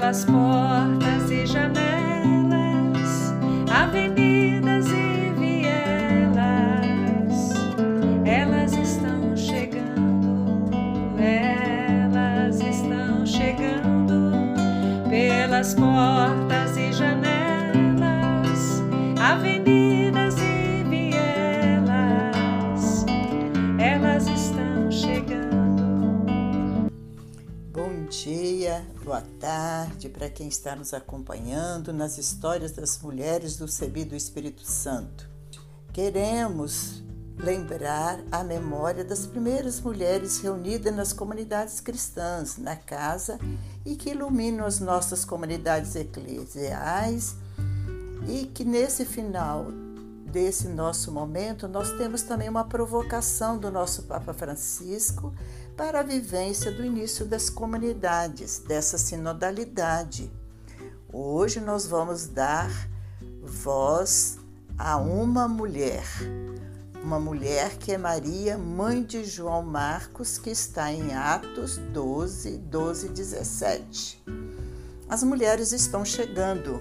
pelas portas e janelas, avenidas e vielas, elas estão chegando, pelas portas e janelas, avenidas e vielas, elas estão chegando. Bom dia, boa tarde para quem está nos acompanhando nas histórias das mulheres do CEBI do Espírito Santo. Queremos lembrar a memória das primeiras mulheres reunidas nas comunidades cristãs, na casa, e que iluminam as nossas comunidades eclesiais, e que nesse final desse nosso momento nós temos também uma provocação do nosso Papa Francisco para a vivência do início das comunidades, dessa sinodalidade. Hoje nós vamos dar voz a uma mulher que é Maria, mãe de João Marcos, que está em Atos 12, 17. As mulheres estão chegando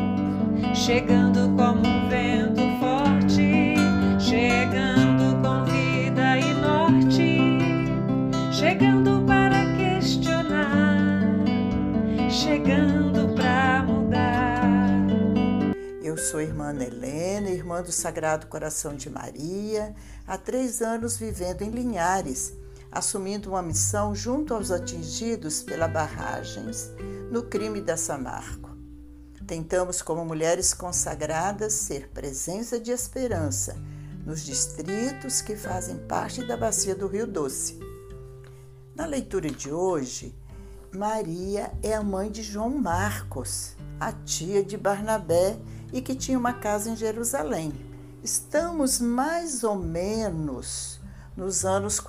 como um vento forte, chegando com vida e norte, chegando para questionar, chegando para mudar. Eu sou irmã Ana Helena, irmã do Sagrado Coração de Maria, há 3 anos vivendo em Linhares, assumindo uma missão junto aos atingidos pelas barragens no crime da Samarco. Tentamos, como mulheres consagradas, ser presença de esperança nos distritos que fazem parte da bacia do Rio Doce. Na leitura de hoje, Maria é a mãe de João Marcos, a tia de Barnabé, e que tinha uma casa em Jerusalém. Estamos mais ou menos nos anos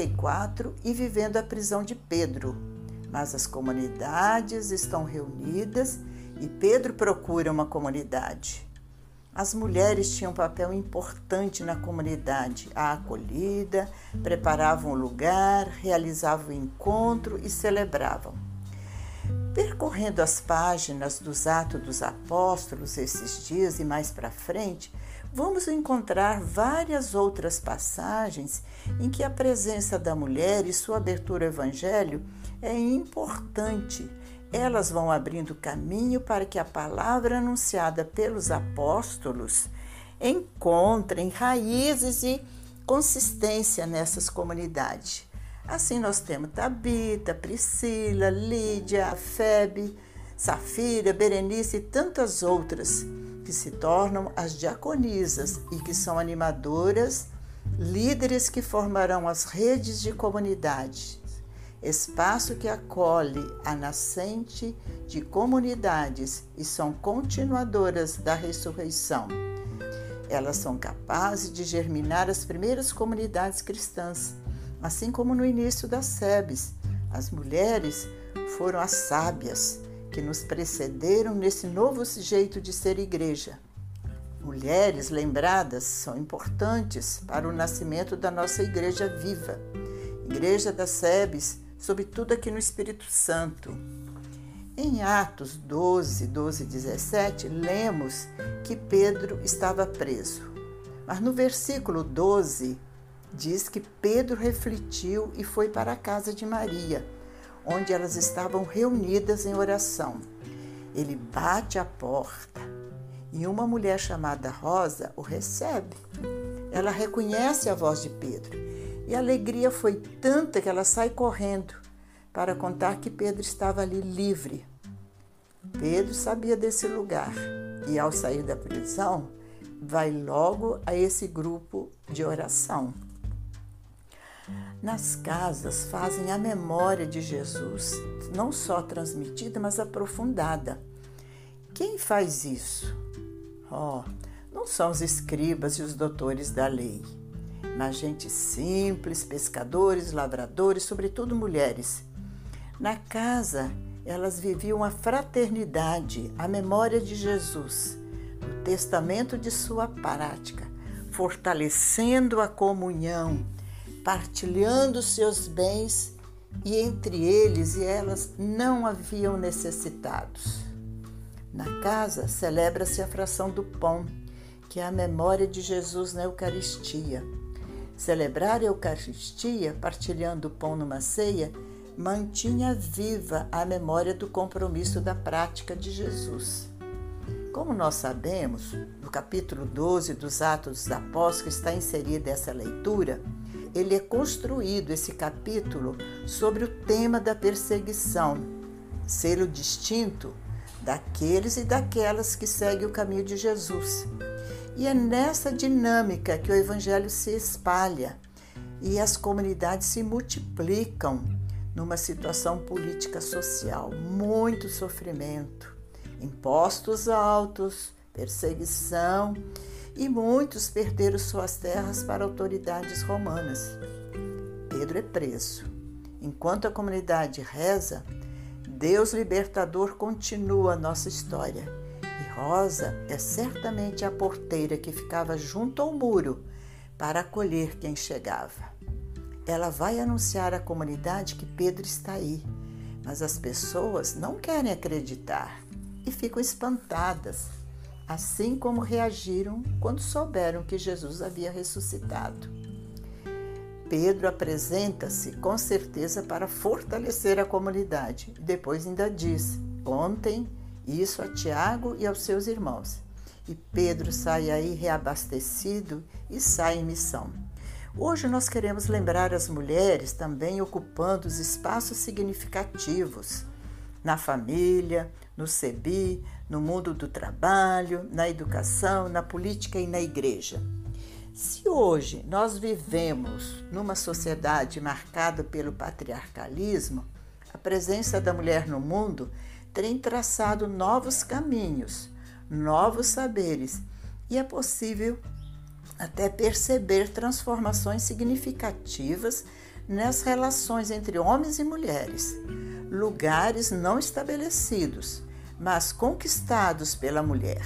44 e vivendo a prisão de Pedro, mas as comunidades estão reunidas e Pedro procura uma comunidade. As mulheres tinham um papel importante na comunidade, a acolhida, preparavam o lugar, realizavam o encontro e celebravam. Percorrendo as páginas dos Atos dos Apóstolos esses dias e mais para frente, vamos encontrar várias outras passagens em que a presença da mulher e sua abertura ao Evangelho é importante. Elas vão abrindo caminho para que a palavra anunciada pelos apóstolos encontre raízes e consistência nessas comunidades. Assim nós temos Tabita, Priscila, Lídia, Febe, Safira, Berenice e tantas outras que se tornam as diaconisas e que são animadoras, líderes que formarão as redes de comunidade, espaço que acolhe a nascente de comunidades e são continuadoras da ressurreição. Elas são capazes de germinar as primeiras comunidades cristãs, assim como no início das SEBs. As mulheres foram as sábias que nos precederam nesse novo jeito de ser igreja. Mulheres lembradas são importantes para o nascimento da nossa igreja viva, igreja das SEBs, sobretudo aqui no Espírito Santo. Em Atos 12, 17, lemos que Pedro estava preso. Mas no versículo 12, diz que Pedro refletiu e foi para a casa de Maria, onde elas estavam reunidas em oração. Ele bate à porta e uma mulher chamada Rosa o recebe. Ela reconhece a voz de Pedro e a alegria foi tanta que ela sai correndo para contar que Pedro estava ali livre. Pedro sabia desse lugar e, ao sair da prisão, vai logo a esse grupo de oração. Nas casas fazem a memória de Jesus, não só transmitida, mas aprofundada. Quem faz isso? Não são os escribas e os doutores da lei, mas gente simples, pescadores, lavradores, sobretudo mulheres. Na casa, elas viviam a fraternidade, a memória de Jesus, o testamento de sua prática, fortalecendo a comunhão, partilhando seus bens e entre eles e elas não haviam necessitados. Na casa celebra-se a fração do pão, que é a memória de Jesus na Eucaristia. Celebrar a Eucaristia, partilhando o pão numa ceia, mantinha viva a memória do compromisso da prática de Jesus. Como nós sabemos, no capítulo 12 dos Atos dos Apóstolos, que está inserida essa leitura, ele é construído, esse capítulo, sobre o tema da perseguição, selo distinto daqueles e daquelas que seguem o caminho de Jesus. E é nessa dinâmica que o Evangelho se espalha e as comunidades se multiplicam numa situação política social, muito sofrimento, impostos altos, perseguição, e muitos perderam suas terras para autoridades romanas. Pedro é preso. Enquanto a comunidade reza, Deus libertador continua a nossa história. E Rosa é certamente a porteira que ficava junto ao muro para acolher quem chegava. Ela vai anunciar à comunidade que Pedro está aí, mas as pessoas não querem acreditar e ficam espantadas, assim como reagiram quando souberam que Jesus havia ressuscitado. Pedro apresenta-se com certeza para fortalecer a comunidade. Depois ainda diz: contem isso a Tiago e aos seus irmãos. E Pedro sai aí reabastecido e sai em missão. Hoje nós queremos lembrar as mulheres também ocupando os espaços significativos na família, no CEBI, no mundo do trabalho, na educação, na política e na igreja. Se hoje nós vivemos numa sociedade marcada pelo patriarcalismo, a presença da mulher no mundo tem traçado novos caminhos, novos saberes, e é possível até perceber transformações significativas nas relações entre homens e mulheres, lugares não estabelecidos, mas conquistados pela mulher.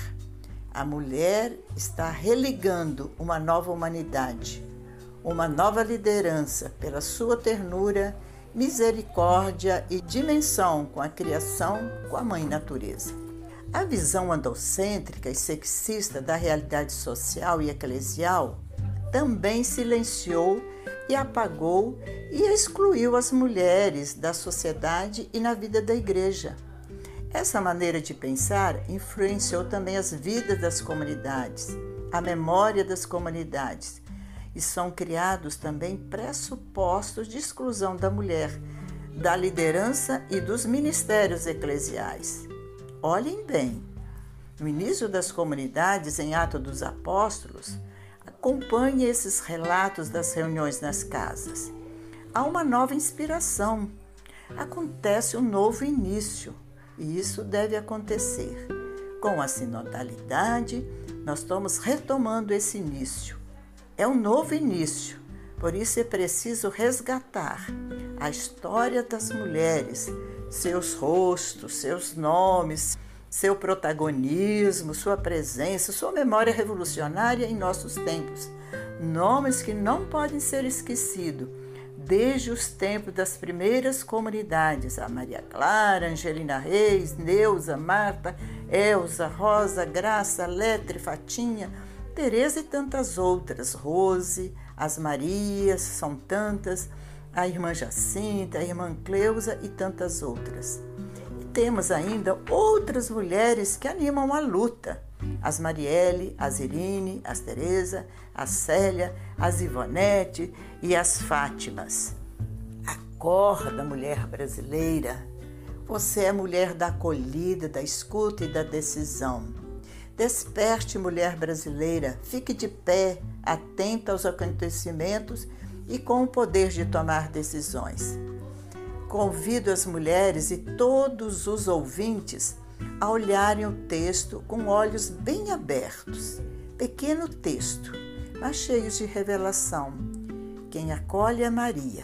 A mulher está religando uma nova humanidade, uma nova liderança pela sua ternura, misericórdia e dimensão com a criação, com a mãe natureza. A visão androcêntrica e sexista da realidade social e eclesial também silenciou e apagou e excluiu as mulheres da sociedade e na vida da igreja. Essa maneira de pensar influenciou também as vidas das comunidades, a memória das comunidades, e são criados também pressupostos de exclusão da mulher, da liderança e dos ministérios eclesiais. Olhem bem, no início das comunidades, em Atos dos Apóstolos, acompanhe esses relatos das reuniões nas casas. Há uma nova inspiração, acontece um novo início, e isso deve acontecer. Com a sinodalidade, nós estamos retomando esse início. É um novo início, por isso é preciso resgatar a história das mulheres, seus rostos, seus nomes, seu protagonismo, sua presença, sua memória revolucionária em nossos tempos. Nomes que não podem ser esquecidos, desde os tempos das primeiras comunidades, a Maria Clara, Angelina Reis, Neuza, Marta, Elza, Rosa, Graça, Letre, Fatinha, Teresa e tantas outras, Rose, as Marias, são tantas, a irmã Jacinta, a irmã Cleusa e tantas outras. E temos ainda outras mulheres que animam a luta, as Marielle, as Irine, as Teresa, a Célia, as Ivonete e as Fátimas. Acorda, mulher brasileira, você é mulher da acolhida, da escuta e da decisão. Desperte, mulher brasileira, fique de pé, atenta aos acontecimentos e com o poder de tomar decisões. Convido as mulheres e todos os ouvintes a olharem o texto com olhos bem abertos. Pequeno texto, mas cheios de revelação. Quem acolhe é Maria,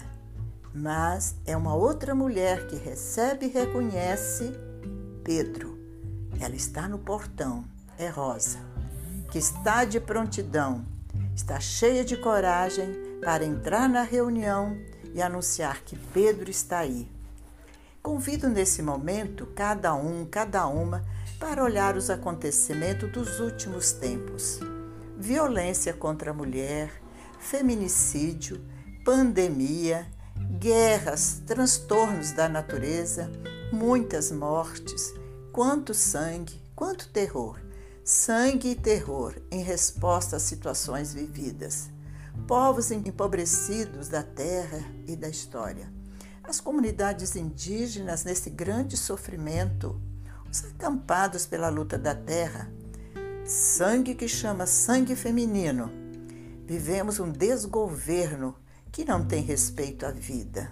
mas é uma outra mulher que recebe e reconhece Pedro. Ela está no portão, é Rosa, que está de prontidão, está cheia de coragem para entrar na reunião e anunciar que Pedro está aí. Convido nesse momento cada um, cada uma, para olhar os acontecimentos dos últimos tempos. Violência contra a mulher, feminicídio, pandemia, guerras, transtornos da natureza, muitas mortes, quanto sangue, quanto terror. Sangue e terror em resposta às situações vividas. Povos empobrecidos da terra e da história. As comunidades indígenas nesse grande sofrimento, os acampados pela luta da terra. Sangue que chama sangue feminino. Vivemos um desgoverno que não tem respeito à vida.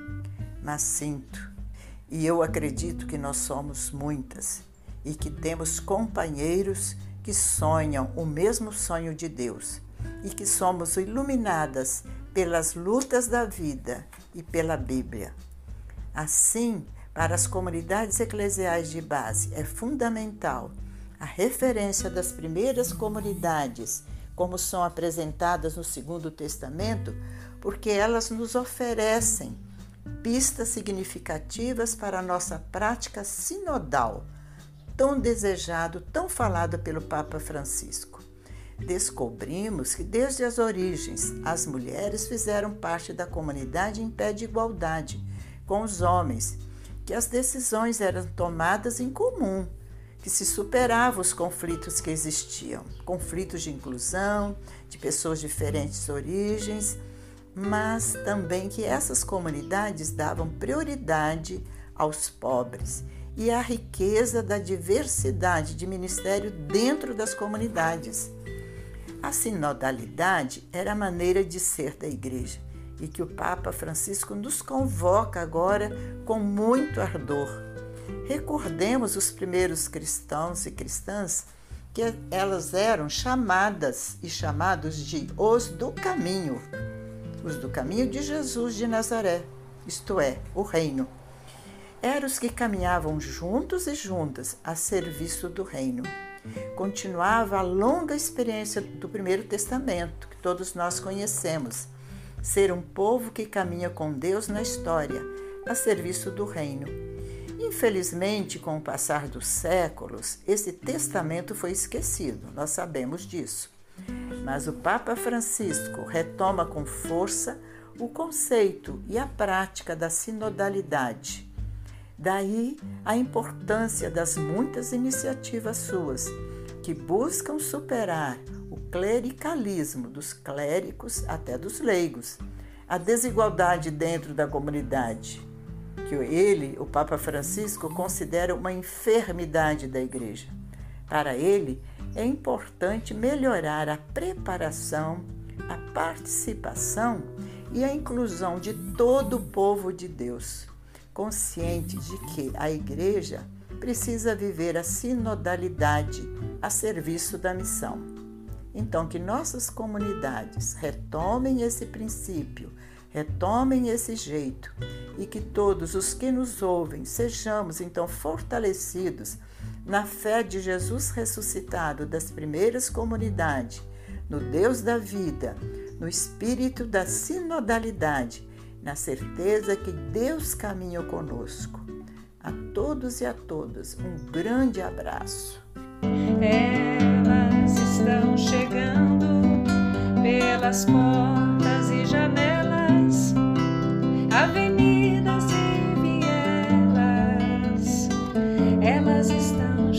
Mas sinto, e eu acredito que nós somos muitas, e que temos companheiros que sonham o mesmo sonho de Deus, e que somos iluminadas pelas lutas da vida e pela Bíblia. Assim, para as comunidades eclesiais de base, é fundamental a referência das primeiras comunidades, como são apresentadas no Segundo Testamento, porque elas nos oferecem pistas significativas para a nossa prática sinodal, tão desejado, tão falado pelo Papa Francisco. Descobrimos que desde as origens as mulheres fizeram parte da comunidade em pé de igualdade com os homens, que as decisões eram tomadas em comum, que se superavam os conflitos que existiam, conflitos de inclusão, de pessoas de diferentes origens, mas também que essas comunidades davam prioridade aos pobres e à riqueza da diversidade de ministério dentro das comunidades. A sinodalidade era a maneira de ser da Igreja e que o Papa Francisco nos convoca agora com muito ardor. Recordemos os primeiros cristãos e cristãs que elas eram chamadas e chamados de os do caminho de Jesus de Nazaré, isto é, o reino. Eram os que caminhavam juntos e juntas a serviço do reino. Continuava a longa experiência do Primeiro Testamento, que todos nós conhecemos, ser um povo que caminha com Deus na história, a serviço do reino. Infelizmente, com o passar dos séculos, esse testamento foi esquecido, nós sabemos disso. Mas o Papa Francisco retoma com força o conceito e a prática da sinodalidade. Daí a importância das muitas iniciativas suas, que buscam superar o clericalismo dos clérigos até dos leigos, a desigualdade dentro da comunidade, que ele, o Papa Francisco, considera uma enfermidade da Igreja. Para ele, é importante melhorar a preparação, a participação e a inclusão de todo o povo de Deus, consciente de que a Igreja precisa viver a sinodalidade a serviço da missão. Então, que nossas comunidades retomem esse princípio, retomem esse jeito e que todos os que nos ouvem sejamos, então, fortalecidos na fé de Jesus ressuscitado das primeiras comunidades, no Deus da vida, no espírito da sinodalidade, na certeza que Deus caminha conosco. A todos e a todas, um grande abraço. Elas estão chegando pelas portas e janelas, avenidas e vielas. Elas estão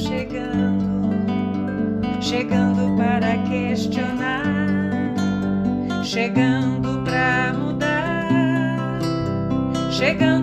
chegando para questionar, chegando para mudar, chegando